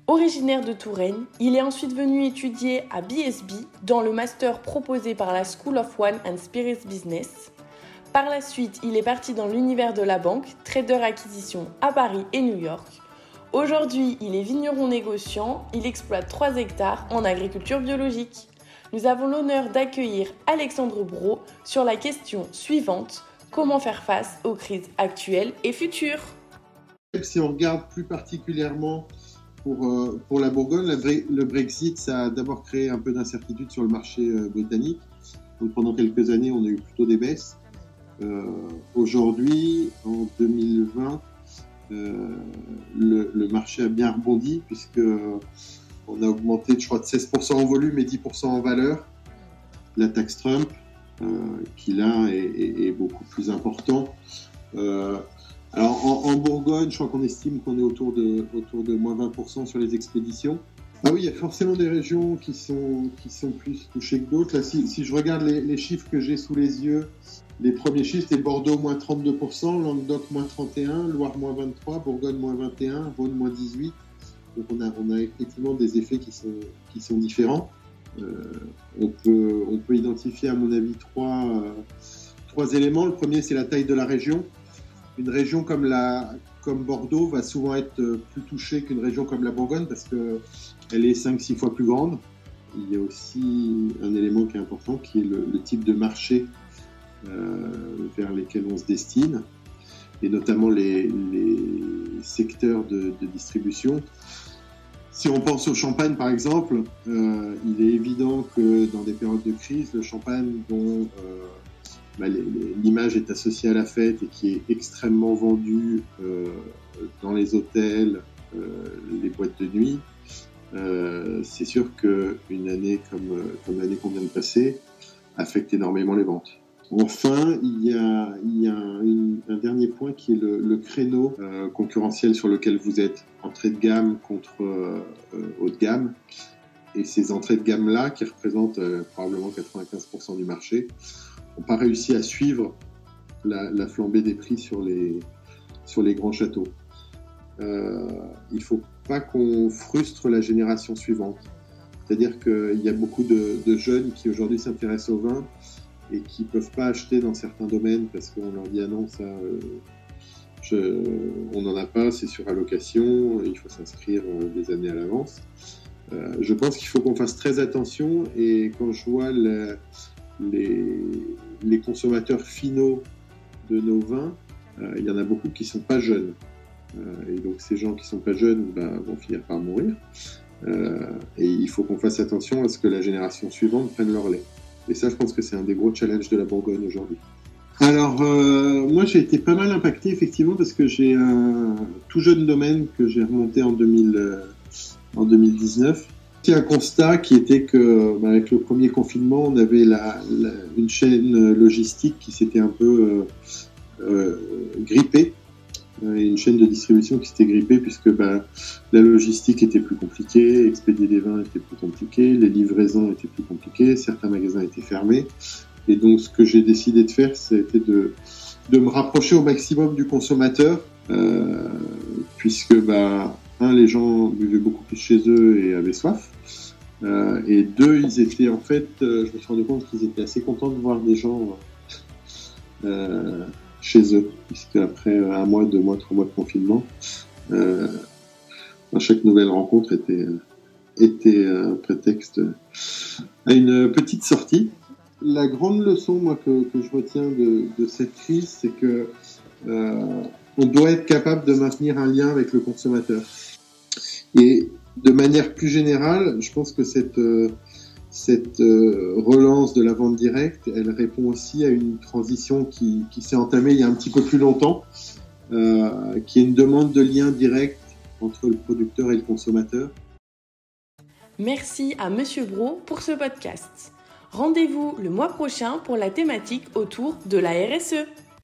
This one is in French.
Originaire de Touraine, il est ensuite venu étudier à BSB dans le master proposé par la School of Wine and Spirits Business. Par la suite, il est parti dans l'univers de la banque, trader acquisition à Paris et New York. Aujourd'hui, il est vigneron négociant, il exploite 3 hectares en agriculture biologique. Nous avons l'honneur d'accueillir Alexandre Brault sur la question suivante, comment faire face aux crises actuelles et futures ? Si on regarde plus particulièrement pour la Bourgogne, le Brexit, ça a d'abord créé un peu d'incertitude sur le marché britannique. Donc pendant quelques années, on a eu plutôt des baisses. Aujourd'hui, en 2020, le marché a bien rebondi puisque on a augmenté, je crois, de 16% en volume et 10% en valeur. La taxe Trump, qui là est beaucoup plus important. Alors en Bourgogne, je crois qu'on estime qu'on est autour de moins 20% sur les expéditions. Ah oui, il y a forcément des régions qui sont plus touchées que d'autres. Là, si je regarde les chiffres que j'ai sous les yeux, les premiers chiffres, c'est Bordeaux moins 32%, Languedoc moins 31%, Loire moins 23%, Bourgogne moins 21%, Rhône moins 18%. Donc on a effectivement des effets qui sont différents. On peut identifier à mon avis trois éléments. Le premier, c'est la taille de la région. Une région comme Bordeaux va souvent être plus touchée qu'une région comme la Bourgogne parce qu'elle est 5-6 fois plus grande. Il y a aussi un élément qui est important qui est le type de marché vers lesquels on se destine et notamment les secteurs de distribution. Si on pense au champagne par exemple, il est évident que dans des périodes de crise, le champagne dont l'image est associée à la fête et qui est extrêmement vendue dans les hôtels, les boîtes de nuit, c'est sûr qu'une année comme l'année qu'on vient de passer affecte énormément les ventes. Enfin, il y a un dernier point qui est le créneau concurrentiel sur lequel vous êtes, entrée de gamme contre haut de gamme. Et ces entrées de gamme-là, qui représentent probablement 95% du marché, n'ont pas réussi à suivre la flambée des prix sur les grands châteaux. Il ne faut pas qu'on frustre la génération suivante. C'est-à-dire qu'il y a beaucoup de jeunes qui aujourd'hui s'intéressent au vin et qui ne peuvent pas acheter dans certains domaines parce qu'on leur dit « Ah non, ça, on n'en a pas, c'est sur allocation, il faut s'inscrire des années à l'avance ». Je pense qu'il faut qu'on fasse très attention et quand je vois les consommateurs finaux de nos vins, il y en a beaucoup qui ne sont pas jeunes. Et donc ces gens qui ne sont pas jeunes vont finir par mourir. Et il faut qu'on fasse attention à ce que la génération suivante prenne leur lait. Et ça, je pense que c'est un des gros challenges de la Bourgogne aujourd'hui. Alors, moi, j'ai été pas mal impacté, effectivement, parce que j'ai un tout jeune domaine que j'ai remonté en 2019. C'est un constat qui était que, avec le premier confinement, on avait une chaîne logistique qui s'était un peu grippée. Et une chaîne de distribution qui s'était grippée puisque la logistique était plus compliquée, expédier des vins était plus compliqué, les livraisons étaient plus compliquées, certains magasins étaient fermés. Et donc ce que j'ai décidé de faire, c'était de me rapprocher au maximum du consommateur puisque les gens buvaient beaucoup plus chez eux et avaient soif. Et deux, ils étaient en fait, je me suis rendu compte qu'ils étaient assez contents de voir des gens chez eux, puisque après 1 mois, 2 mois, 3 mois de confinement, chaque nouvelle rencontre était un prétexte à une petite sortie. La grande leçon, moi, que je retiens de cette crise, c'est que on doit être capable de maintenir un lien avec le consommateur. Et de manière plus générale, je pense que cette relance de la vente directe, elle répond aussi à une transition qui s'est entamée il y a un petit peu plus longtemps, qui est une demande de lien direct entre le producteur et le consommateur. Merci à Monsieur Brault pour ce podcast. Rendez-vous le mois prochain pour la thématique autour de la RSE.